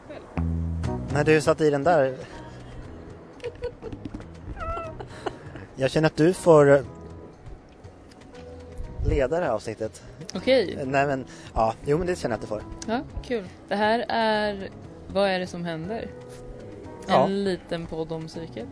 själv. När du satt i den där... Jag känner att du får leda det här avsnittet. Okej. Nej men, ja, jo men det känner jag att du får. Ja, kul. Det här är Vad är det som händer? Ja. En liten podd om psyket.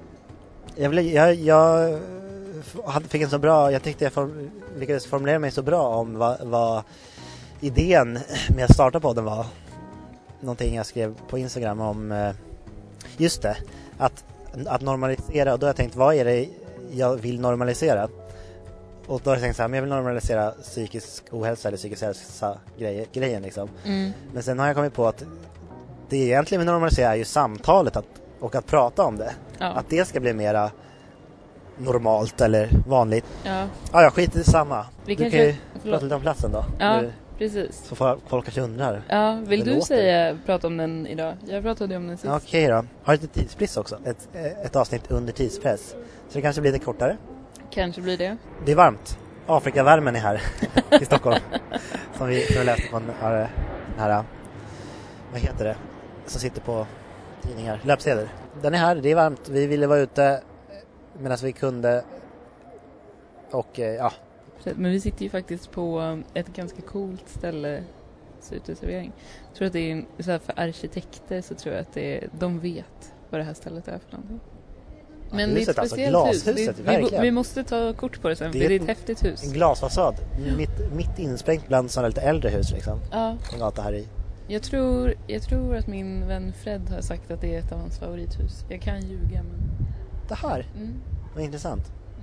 Jag fick en så bra... Jag tyckte jag lyckades formulera mig så bra om vad idén med att starta podden var. Någonting jag skrev på Instagram om... Just det, att normalisera. Och då har jag tänkt, vad är det jag vill normalisera? Och då har jag tänkt så här, men jag vill normalisera psykisk ohälsa eller psykisk hälsa grejen liksom. Men sen har jag kommit på att det egentligen vill normalisera är ju samtalet och att prata om det. Ja. Att det ska bli mera normalt eller vanligt. Ja. Ja, skit i samma. Vi Du kanske... kan ju Förlåt. prata lite om platsen då. Ja, Nu, precis. så folk kanske undrar. Ja, vill Det du låter. prata om den idag? Jag pratade om den sist. Okej då. Har lite tidspress också. Ett avsnitt under tidspress. Så det kanske blir lite kortare. Kanske blir det. Det är varmt. Afrikavärmen är här i Stockholm. Som vi läste på den här, vad heter det? Som sitter på tidningar. Löpsedlar. Den är här, det är varmt. Vi ville vara ute medan vi kunde. Och ja. Men vi sitter ju faktiskt på ett ganska coolt ställe, uteservering. Jag tror att det är så här, för arkitekter så tror jag att de vet vad det här stället är för någonting. Men det är ett speciellt glashuset, hus. Vi måste ta kort på det sen, för det är ett häftigt hus. En glasfasad. Mitt insprängt bland sådana lite äldre hus liksom. Ja. En gata här i. Jag tror att min vän Fred har sagt att det är ett av hans favorithus. Jag kan ljuga, men... Det här? Vad intressant.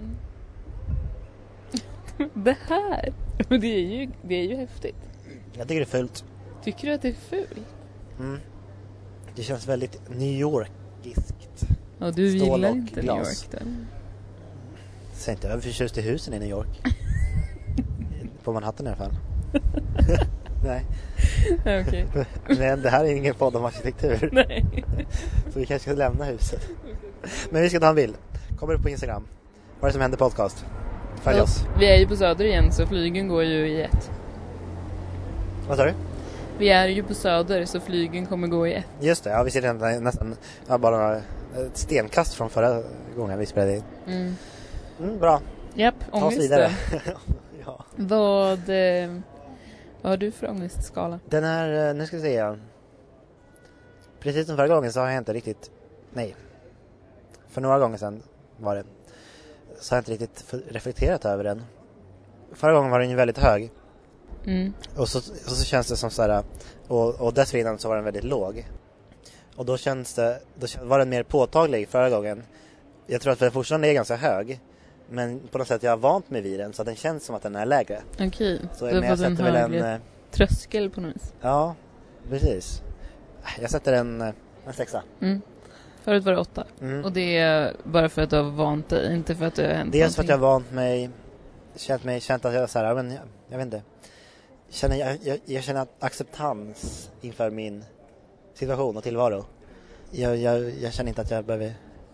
Det här? Det är ju häftigt. Jag tycker det är fult. Tycker du att det är fult? Det känns väldigt New Yorkiskt. Ja, du Stål gillar och inte glas. New York då? Säg inte överförtjust i husen i New York. På Manhattan i alla fall. Nej. Okej. Men det här är ingen podd om arkitektur. Nej. Så vi kanske ska lämna huset. Men vi ska ta en bild. Kommer upp på Instagram. Vad är det som händer podcast? Följ oss. Vi är ju på Söder igen, så flygen går ju i ett. Vad sa du? Vi är ju på Söder, så flygen kommer gå i ett. Just det, ja, vi ser nästan bara ett stenkast från förra gången vi spelade in. Bra. Japp, ta oss ångest vidare. Ja. Vad har du för ångestskala? Den här, nu ska vi se. Precis som förra gången så har jag inte riktigt... Nej. För några gånger sedan var det. Så har jag inte riktigt reflekterat över den. Förra gången var den ju väldigt hög. Och så känns det som så här. Och dessförinnan så var den väldigt låg. Och då var den mer påtaglig förra gången. Jag tror att den fortfarande är ganska hög. Men på något sätt jag har vant mig vid den. Så att den känns som att den är lägre. Okej, så du har fått en högre tröskel på något vis. Ja, precis. Jag sätter en 6. Förut var det 8. Och det är bara för att du har vant dig, inte för att du har hänt dels för att jag har vant mig. Känt att jag så här, men jag vet inte. Jag känner acceptans inför min situation och tillvaro. Jag känner inte att jag behöver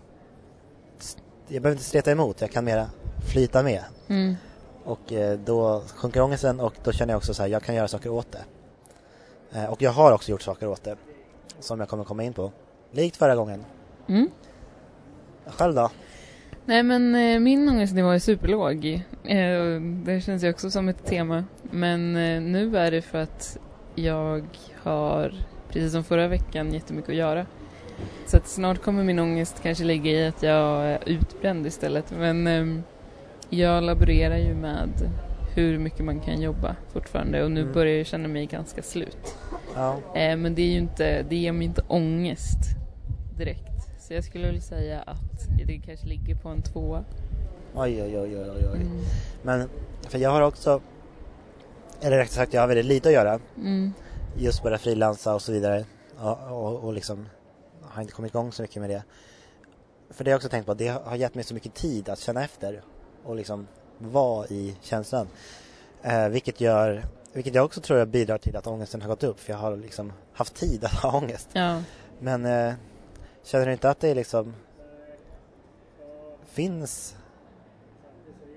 inte streta emot. Jag kan mera flyta med. Och då sjunker ångesten och då känner jag också så här, jag kan göra saker åt det. Och jag har också gjort saker åt det som jag kommer komma in på. Likt förra gången. Själv då? Nej, men min ångestnivå är superlåg. Det känns ju också som ett tema. Men nu är det för att jag har, precis som förra veckan, jättemycket att göra. Så att snart kommer min ångest kanske ligga i att jag är utbränd istället. Men jag laborerar ju med hur mycket man kan jobba fortfarande. Och nu börjar jag känna mig ganska slut. Ja. Men det ger mig inte ångest direkt. Så jag skulle vilja säga att det kanske ligger på en 2. Oj. Men för jag har också, eller rätt sagt jag har väldigt lite att göra. Just börja frilansa och så vidare. Och liksom har inte kommit igång så mycket med det. För det har jag också tänkt på, det har gett mig så mycket tid att känna efter. Och liksom vara i känslan. Vilket jag också tror jag bidrar till att ångesten har gått upp. För jag har liksom haft tid att ha ångest. Ja. Men känner du inte att det liksom finns...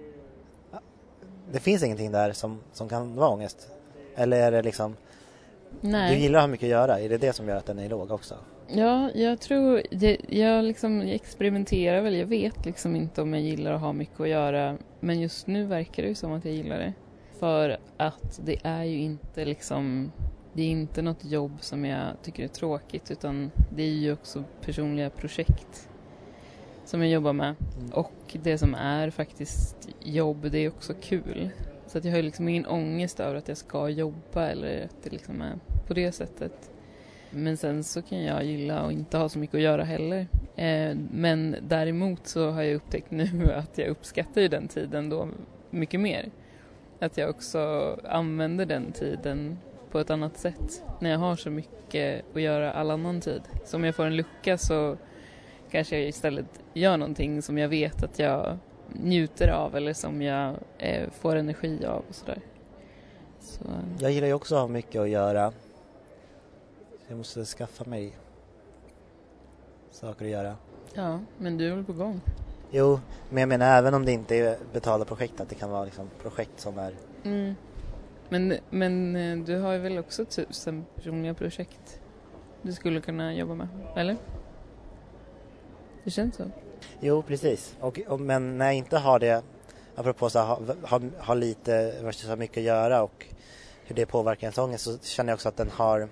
Det finns ingenting där som kan vara ångest? Eller är det liksom Nej. Du gillar att ha mycket att göra. Är det som gör att den är låg också? Ja, jag tror... Jag experimenterar väl. Jag vet liksom inte om jag gillar att ha mycket att göra. Men just nu verkar det ju som att jag gillar det. För att det är ju inte liksom... Det är inte något jobb som jag tycker är tråkigt. Utan det är ju också personliga projekt som jag jobbar med. Och det som är faktiskt jobb, det är också kul. Så att jag har liksom ingen ångest över att jag ska jobba eller att det liksom är på det sättet. Men sen så kan jag gilla att inte ha så mycket att göra heller. Men däremot så har jag upptäckt nu att jag uppskattar ju den tiden då mycket mer. Att jag också använder den tiden på ett annat sätt när jag har så mycket att göra all annan tid. Så om jag får en lucka så kanske jag istället gör någonting som jag vet att jag njuter av eller som jag får energi av och sådär. Så. Jag gillar ju också att ha mycket att göra. Jag måste skaffa mig saker att göra. Ja, men du är väl på gång? Jo, men jag menar även om det inte är betalda projekt, att det kan vara liksom projekt som är... Mm. Men du har ju väl också 1000 personliga projekt du skulle kunna jobba med, eller? Det känns så. Jo, precis. Men när jag inte har det, apropå så ha lite, så mycket att göra och hur det påverkar ens ångest, så känner jag också att den har...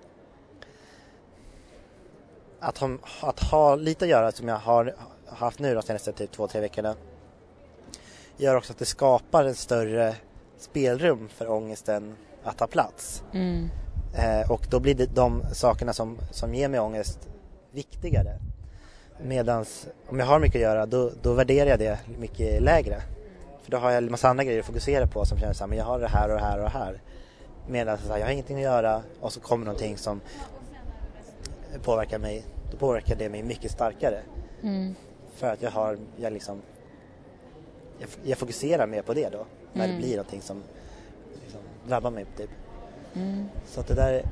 Att ha lite att göra som jag har haft nu de senaste typ 2-3 veckorna gör också att det skapar en större spelrum för ångesten att ta plats. Mm. Och då blir det de sakerna som ger mig ångest viktigare. Medans om jag har mycket att göra då värderar jag det mycket lägre. För då har jag en massa andra grejer att fokusera på som känner så här, men jag har det här och det här och det här. Medan så här, jag har ingenting att göra och så kommer någonting som påverkar mig. Då påverkar det mig mycket starkare. Mm. För att jag fokuserar mer på det då. När det blir någonting som liksom drabbar mig typ. Mm. Så att det där...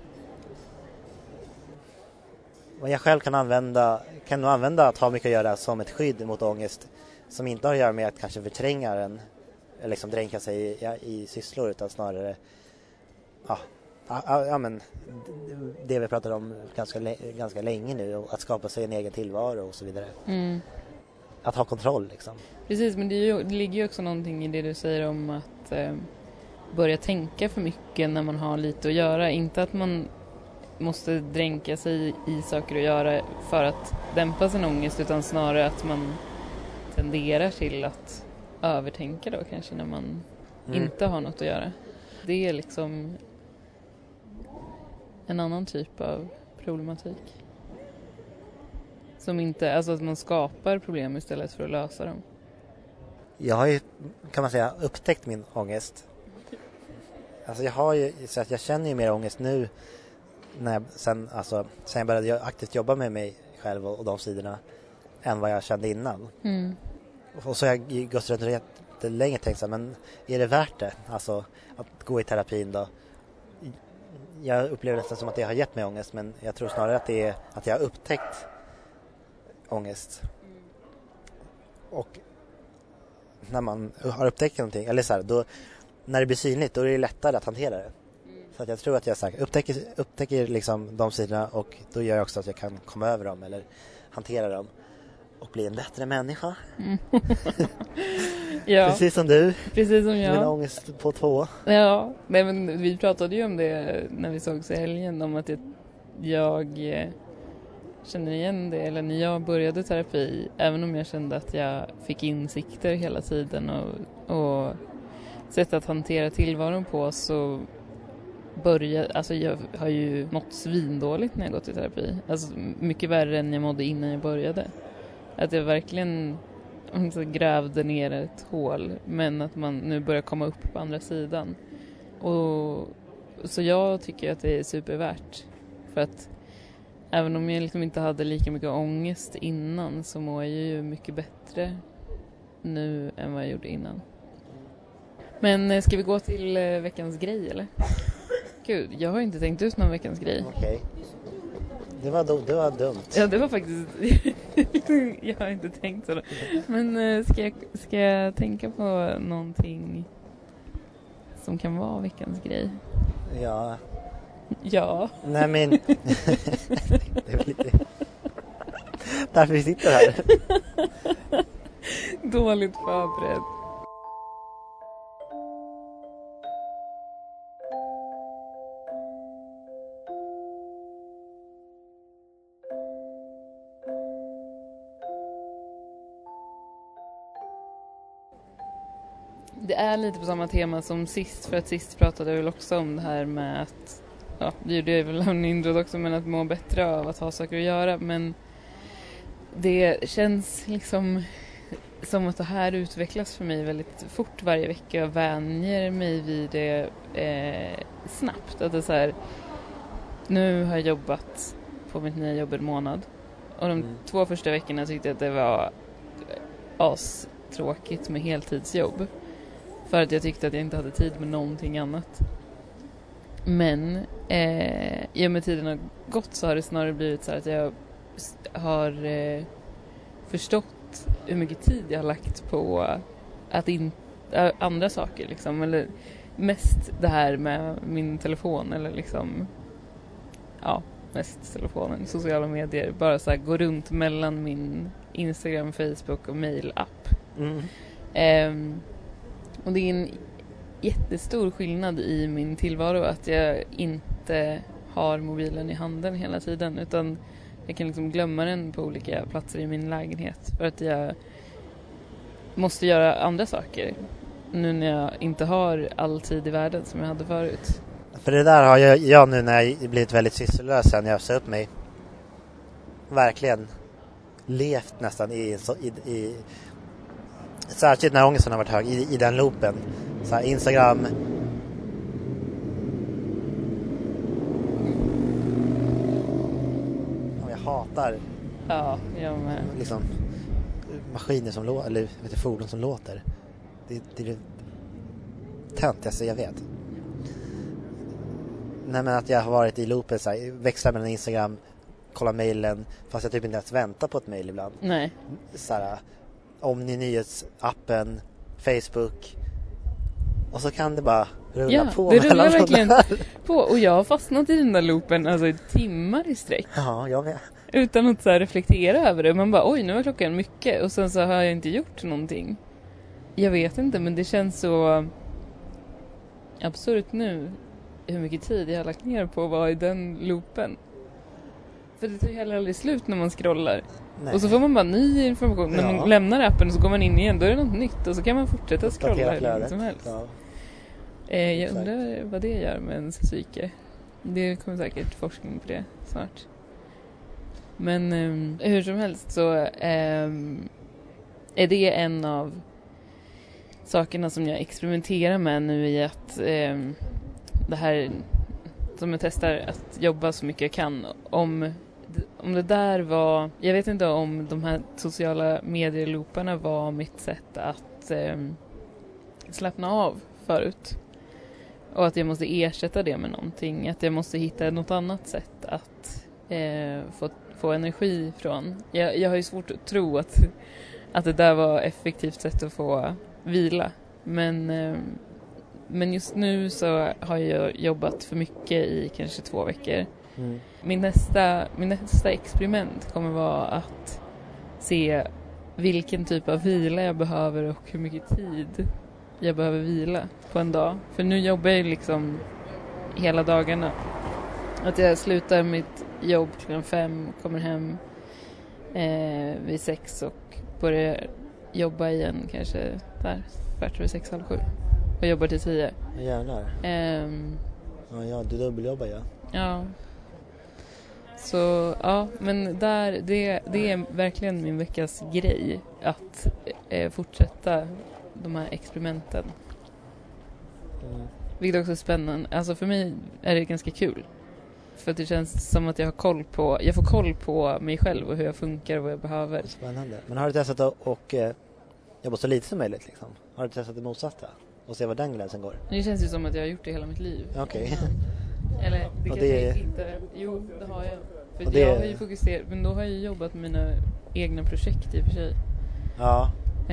Vad jag själv kan nog använda att ha mycket att göra som ett skydd mot ångest. Som inte har att göra med att kanske förtränga den. Eller liksom dränka sig i sysslor, utan snarare... Ja, men det vi pratar om ganska länge nu, att skapa sig en egen tillvaro och så vidare. Mm. Att ha kontroll liksom. Precis, men det ligger ju också någonting i det du säger om att börja tänka för mycket när man har lite att göra. Inte att man måste dränka sig i saker att göra för att dämpa sin ångest, utan snarare att man tenderar till att övertänka då kanske när man inte har något att göra. Det är liksom en annan typ av problematik. Som inte, alltså att man skapar problem istället för att lösa dem. Jag har ju, kan man säga, upptäckt min ångest. Alltså jag känner ju mer ångest nu sen jag började aktivt jobba med mig själv och de sidorna än vad jag kände innan. Mm. Och så har jag gått runt länge och tänkt så här, men är det värt det? Alltså att gå i terapin då? Jag upplever nästan som att det har gett mig ångest, men jag tror snarare att det är att jag har upptäckt ångest. Och när man har upptäckt någonting, eller så här, då, när det blir synligt, då är det lättare att hantera det. Så att jag tror att jag upptäcker liksom de sidorna, och då gör jag också att jag kan komma över dem eller hantera dem och bli en bättre människa. Ja. Precis som du. Precis som jag. Med ångest på 2. Ja, nej, men vi pratade ju om det när vi sågs i helgen, om att jag känner igen det, eller när jag började terapi, även om jag kände att jag fick insikter hela tiden och sätt att hantera tillvaron på, så jag har ju mått svindåligt när jag gått i terapi. Alltså mycket värre än jag mådde innan jag började. Att jag verkligen grävde ner ett hål, men att man nu börjar komma upp på andra sidan. Och så jag tycker att det är supervärt, för att även om jag liksom inte hade lika mycket ångest innan, så mår jag ju mycket bättre nu än vad jag gjorde innan. Men ska vi gå till veckans grej, eller? Gud, jag har inte tänkt ut någon veckans grej. Okej. Det var dumt. Ja, det var faktiskt... jag har inte tänkt så. Men ska jag tänka på någonting som kan vara veckans grej? Ja. Ja. Nej men... det är väl lite... Därför vi sitter här. Dåligt förberedd. Det är lite på samma tema som sist, för att sist pratade jag väl också om det här med att, ja, det gjorde jag väl en introt också, men att må bättre av att ha saker att göra, men det känns liksom som att det här utvecklas för mig väldigt fort varje vecka och vänjer mig vid det snabbt. Att det är så här, nu har jag jobbat på mitt nya jobb en månad och de 2 första veckorna tyckte jag att det var tråkigt med heltidsjobb. För att jag tyckte att jag inte hade tid med någonting annat. Men i och med tiden har gått så har det snarare blivit så här att jag har förstått hur mycket tid jag har lagt på att andra saker liksom, eller mest det här med min telefon, eller liksom, ja, mest telefonen, sociala medier, bara så här gå runt mellan min Instagram, Facebook och mail-app. Och det är en jättestor skillnad i min tillvaro att jag inte har mobilen i handen hela tiden, utan jag kan liksom glömma den på olika platser i min lägenhet för att jag måste göra andra saker nu när jag inte har all tid i världen som jag hade förut. För det där har jag nu när jag blivit väldigt sysslolös sen jag sa upp mig verkligen levt nästan i särskilt när ångesten har varit hög i den loopen. Så här, Instagram. Jag hatar. Ja, jag med. Liksom maskiner som låter, eller fordon som låter. Det är det töntigaste jag vet. Nej, men att jag har varit i loopen så här, växlar mellan Instagram, kolla mejlen, fast jag typ inte ens väntar på ett mejl ibland. Nej. Så här, Omni nyhetsappen, Facebook, och så kan det bara rulla på. Ja, det rullar verkligen på, och jag har fastnat i den där loopen alltså timmar i sträck. Ja, jag vet. Utan att så här reflektera över det. Man bara, oj, nu var klockan mycket, och sen så har jag inte gjort någonting. Jag vet inte, men det känns så absurt nu hur mycket tid jag har lagt ner på att vara i den loopen. För det tar ju heller aldrig slut när man scrollar. Nej. Och så får man bara ny information. När man lämnar appen och så går man in igen, då är det något nytt. Och så kan man fortsätta scrolla hur som helst. Ja. Jag undrar vad det gör med ens psyke. Det kommer säkert forskning på det snart. Men hur som helst så är det en av sakerna som jag experimenterar med nu, i att det här som jag testar att jobba så mycket jag kan. Om det där var, jag vet inte om de här sociala medielooparna var mitt sätt att slappna av förut. Och att jag måste ersätta det med någonting. Att jag måste hitta något annat sätt att få energi från. Jag har ju svårt att tro att det där var effektivt sätt att få vila. Men just nu så har jag jobbat för mycket i kanske 2 veckor. Mm. Min nästa experiment kommer vara att se vilken typ av vila jag behöver och hur mycket tid jag behöver vila på en dag. För nu jobbar jag liksom hela dagarna. Att jag slutar mitt jobb klockan 5, kommer hem vid 6 och börjar jobba igen kanske där 6:30, 7. Och jobbar till 10. Jävlar. Ja, du dubbeljobbar ja. Ja. Så ja, men det är verkligen min veckas grej att fortsätta de här experimenten. Vilket också är spännande. Alltså för mig är det ganska kul. För att det känns som att jag får koll på mig själv och hur jag funkar och vad jag behöver. Spännande. Men har du testat att jobba så lite som möjligt liksom? Har du testat det motsatta? Och se var den gränsen går? Det känns ju som att jag har gjort det hela mitt liv. Okej. Okay. Eller det kanske inte. Jo, det har jag. För jag har ju fokuserat, men då har jag jobbat med mina egna projekt i och för sig. Ja.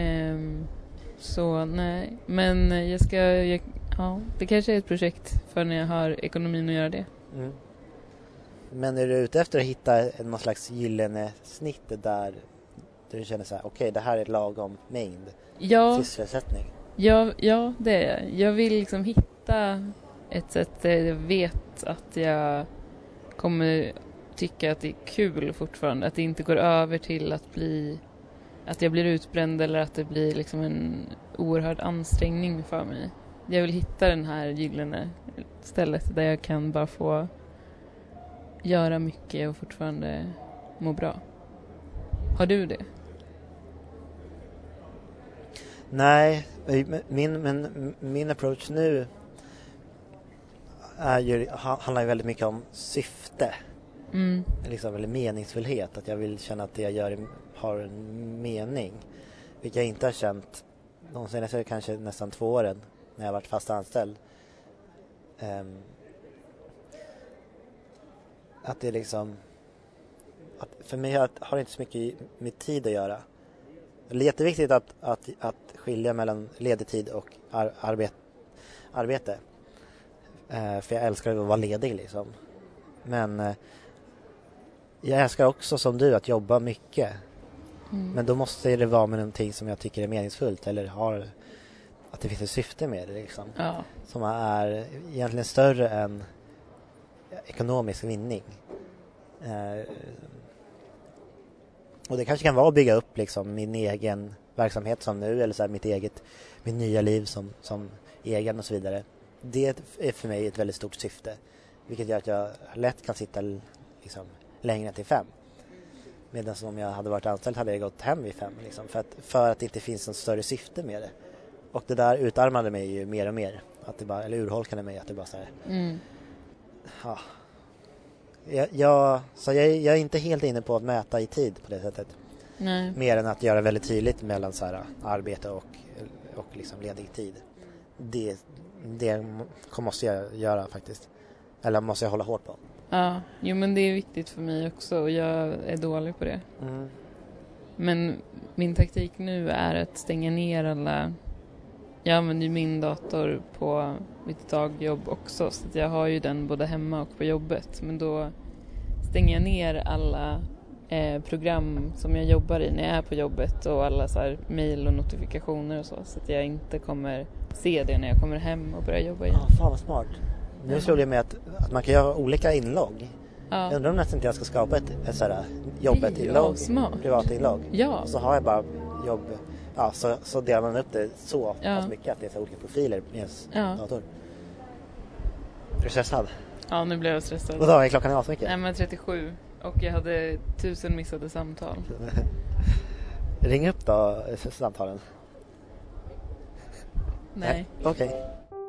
Så nej, men det kanske är ett projekt för när jag har ekonomin att göra det. Mm. Men är du ute efter att hitta någon slags gyllene snitt där du känner så här, okej, det här är lagom mängd sysselsättning? Ja, det är jag. Jag vill liksom hitta ett sätt där jag vet att jag kommer tycka att det är kul fortfarande. Att det inte går över till att jag blir utbränd eller att det blir liksom en oerhörd ansträngning för mig. Jag vill hitta den här gyllene stället där jag kan bara få göra mycket och fortfarande må bra. Har du det? Nej, min approach nu handlar ju väldigt mycket om syfte. Liksom, eller meningsfullhet. Att jag vill känna att det jag gör har en mening. Vilket jag inte har känt de senaste kanske nästan 2 åren när jag har varit fast anställd. Att det liksom... för mig har det inte så mycket med tid att göra. Det är jätteviktigt att skilja mellan ledig tid och arbete. För jag älskar att vara ledig liksom. Men jag älskar också som du att jobba mycket. Men då måste det vara med någonting som jag tycker är meningsfullt. Eller att det finns ett syfte med det liksom. Ja. Som är egentligen större än ekonomisk vinning. Och det kanske kan vara att bygga upp liksom min egen verksamhet som nu. Eller så här mitt nya liv som egen och så vidare. Det är för mig ett väldigt stort syfte. Vilket gör att jag lätt kan sitta liksom längre till 5. Medan om jag hade varit anställd hade jag gått hem vid 5. Liksom, för att det inte finns något större syfte med det. Och det där utarmade mig ju mer och mer. Eller urholkade mig att det bara så här... Ja. Jag är inte helt inne på att mäta i tid på det sättet. Nej. Mer än att göra väldigt tydligt mellan så här, arbete och liksom ledig tid. Det måste jag göra faktiskt. Eller måste jag hålla hårt på. Ja, men det är viktigt för mig också och jag är dålig på det. Men min taktik nu är att stänga ner alla... Jag använder ju min dator på mitt dagjobb också så att jag har ju den både hemma och på jobbet. Men då stänger jag ner alla program som jag jobbar i när jag är på jobbet och alla så här mejl och notifikationer och så att jag inte kommer se det när jag kommer hem och börjar jobba igen. Fan vad smart. Nu slår det med att man kan göra olika inlogg. Ja. Jag undrar om nästan inte jag ska skapa ett sådär jobbet-inlogg, privat-inlogg. Ja. Och så har jag bara jobb... Ja, så delar man upp det så mycket att det är så olika profiler med ens dator. Är du stressad? Ja, nu blev jag stressad. Vadå, är klockan så mycket? Nej, men 37. Och jag hade 1000 missade samtal. Ring upp då samtalen. Nej. Okej.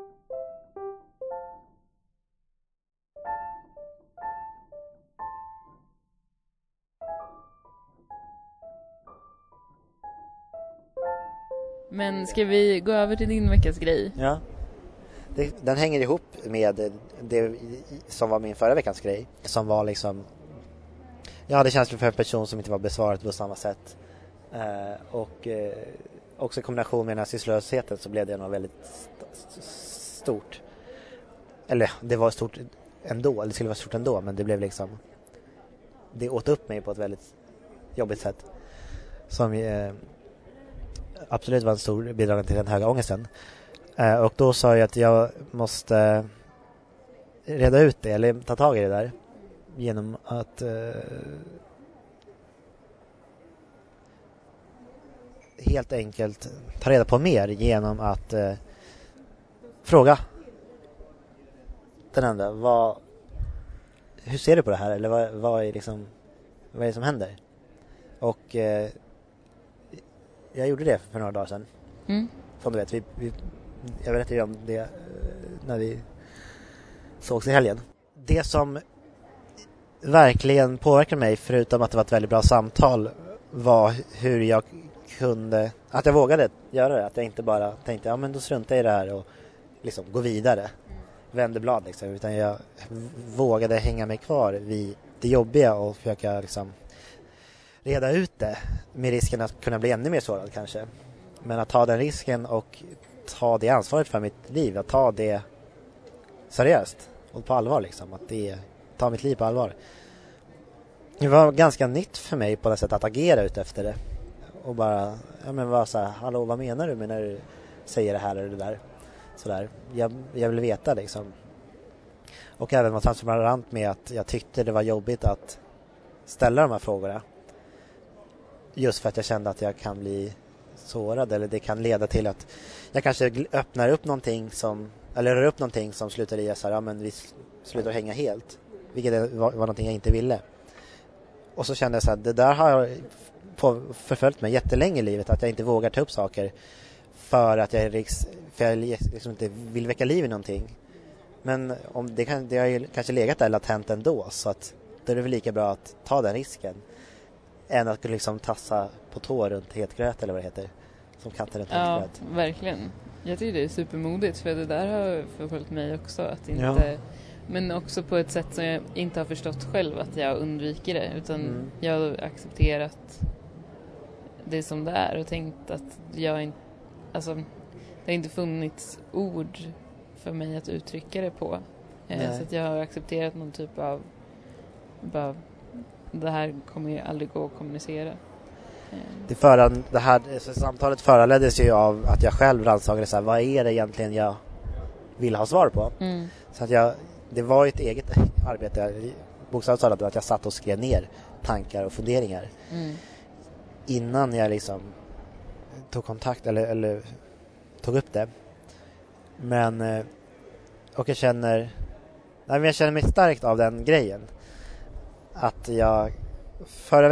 Men ska vi gå över till din veckas grej? Ja. Den hänger ihop med det som var min förra veckans grej. Som var liksom... Jag hade känslor för en person som inte var besvarad på samma sätt. Och också i kombination med den här sysslolösheten så blev det något väldigt stort. Eller det var stort ändå. Det skulle vara stort ändå. Men det blev liksom... Det åt upp mig på ett väldigt jobbigt sätt. Som... absolut var en stor bidrag till den höga ångesten. Och då sa jag att jag måste reda ut det eller ta tag i det där genom att helt enkelt ta reda på mer genom att fråga den andra hur ser du på det här eller vad är det som händer? Och jag gjorde det för några dagar sedan. Som du vet, jag berättade ju om det när vi sågs i helgen. Det som verkligen påverkade mig, förutom att det var ett väldigt bra samtal, var hur jag kunde... Att jag vågade göra det. Att jag inte bara tänkte, ja men då struntar jag i det här och liksom gå vidare. Vände blad liksom. Utan jag vågade hänga mig kvar vid det jobbiga och försöka liksom... reda ut det med risken att kunna bli ännu mer sårad kanske. Men att ta den risken och ta det ansvaret för mitt liv. Att ta det seriöst och på allvar liksom. Att det tar mitt liv på allvar. Det var ganska nytt för mig på något sätt att agera ut efter det. Och bara, vara så här, hallå, vad menar du med när du säger det här eller det där? Sådär. Jag vill veta liksom. Och även vara transparent med att jag tyckte det var jobbigt att ställa de här frågorna. Just för att jag kände att jag kan bli sårad, eller det kan leda till att jag kanske öppnar upp någonting eller rör upp någonting som slutar i att men vi slutar hänga helt. Vilket var någonting jag inte ville. Och så kände jag så här, det där har förföljt mig jättelänge i livet, att jag inte vågar ta upp saker för att jag liksom inte vill väcka liv i någonting. Men om det har ju kanske legat där latent ändå, så att då är det väl lika bra att ta den risken än att liksom tassa på tå runt hetgröt eller vad det heter, som katter runt hetgröt. Ja, verkligen. Jag tycker det är supermodigt, för det där har förföljt mig också, att inte, men också på ett sätt som jag inte har förstått själv att jag undviker det, utan jag har accepterat det som det är och tänkt att jag inte, alltså det har inte funnits ord för mig att uttrycka det på. Så att jag har accepterat någon typ av bara, det här kommer ju aldrig gå att kommunicera. Det här samtalet föranleddes ju av att jag själv rannsakade så här, vad är det egentligen jag vill ha svar på? Så att det var ju ett eget arbete, bokstavligt talat, att jag satt och skrev ner tankar och funderingar innan jag liksom tog kontakt eller tog upp det. Men och jag känner mig starkt av den grejen, att jag förra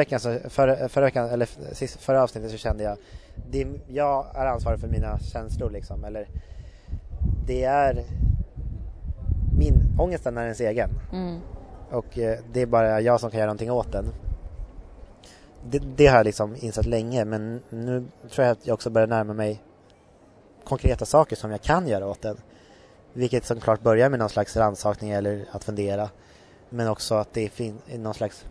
avsnittet så kände jag jag är ansvarig för mina känslor liksom, eller det är min ångesten är ens egen och det är bara jag som kan göra någonting åt den. Det har jag liksom insett länge, men nu tror jag att jag också börjar närma mig konkreta saker som jag kan göra åt den, vilket som klart börjar med någon slags rannsakning eller att fundera, men också att det finns någon slags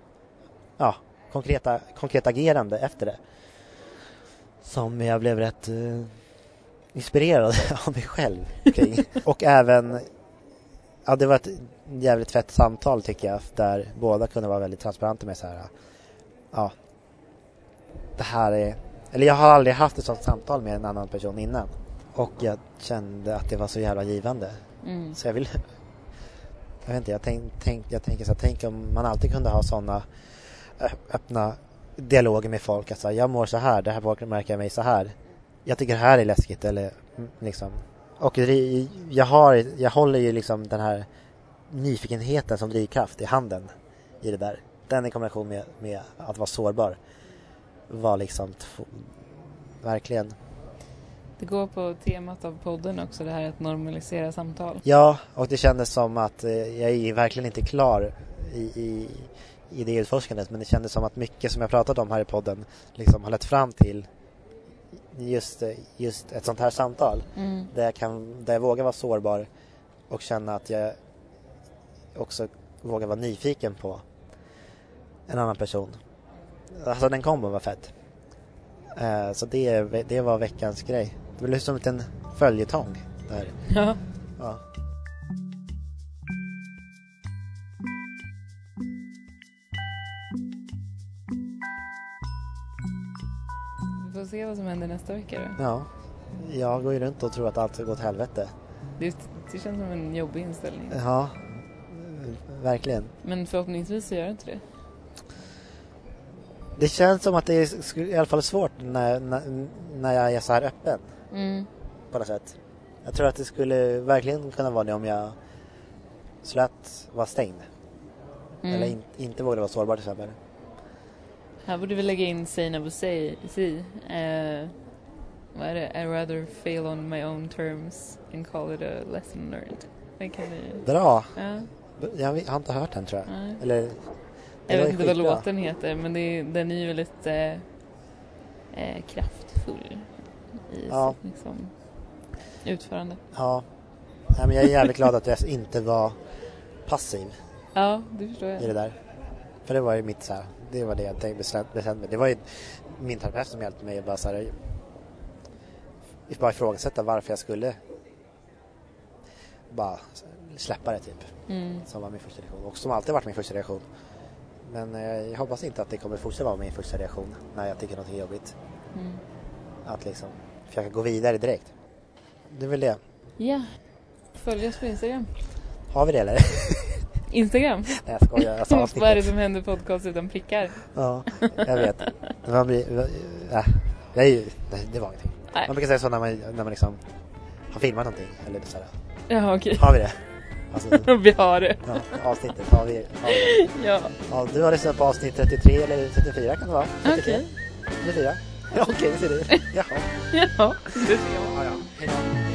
konkret agerande efter det, som jag blev rätt inspirerad av mig själv kring. Och även det var ett jävligt fett samtal tycker jag, där båda kunde vara väldigt transparenta med så här, det här är, eller jag har aldrig haft ett sånt samtal med en annan person innan, och jag kände att det var så jävla givande. Så jag vet inte, jag tänker så här, tänk om man alltid kunde ha såna öppna dialoger med folk, alltså jag mår så här, det här märker jag mig så här, jag tycker det här är läskigt, eller liksom, och jag håller ju liksom den här nyfikenheten som drivkraft i handen i det där. Den i kombination med att vara sårbar var liksom verkligen. Det går på temat av podden också, det här att normalisera samtal. Ja, och det kändes som att jag är verkligen inte klar i det utforskandet, men det kändes som att mycket som jag pratat om här i podden liksom har lett fram till just ett sånt här samtal där jag vågar vara sårbar och känna att jag också vågar vara nyfiken på en annan person. Alltså den kombon var fett. Så det var veckans grej. Det blev som en liten följetong där. Ja. Vi får se vad som händer nästa vecka då. Ja. Jag går ju runt och tror att allt ska gå åt helvete. Det känns som en jobbig inställning. Ja. Verkligen. Men förhoppningsvis så gör det inte det. Det känns som att det är i alla fall svårt när jag är så här öppen. På något sätt. Jag tror att det skulle verkligen kunna vara det om jag slät var stängd. Eller inte vågade vara sårbar till exempel. Här borde vi lägga in Zainab Hussein. Vad är det? I rather fail on my own terms and call it a lesson learned. Det kan vi... Bra. Ja. Jag har inte hört den, tror jag. Nej. Eller... Jag vet inte vad låten heter, men den är ju lite kraftfull i sitt liksom, utförande. Ja. Nej, men jag är jävligt glad att jag inte var passiv. Ja, det förstår jag. I det där. För det var ju mitt så här, det var det jag tänkte bestämde mig. Det var ju min terapeut som hjälpte mig att bara så här, bara ifrågasätta varför jag skulle bara släppa det typ. Som var min första reaktion. Och som alltid varit min första reaktion. Men jag hoppas inte att det kommer fortsätta vara min första reaktion när jag tycker något är jobbigt. Att liksom försöka gå vidare direkt. Det är väl det. Ja. Följ oss på Instagram. Har vi det eller? Instagram? Nej, jag skojar. Jag sa avsnittet. Vad är det som händer podcast utan prickar? Ja, jag vet. Man blir, det var ingenting. Nej. Man brukar säga så när man liksom har filmat någonting. Eller så här. Ja, okej. Har vi det? Alltså, Vi har det. ja, avsnittet. Har vi det? Ja. Ja, du har lyssnat på avsnitt 33 eller 34 kan det vara? 33? Okej. 34? Ja, okej, det ser du. Jaha. Ja, det ser jag. Ja, ja. Hej då.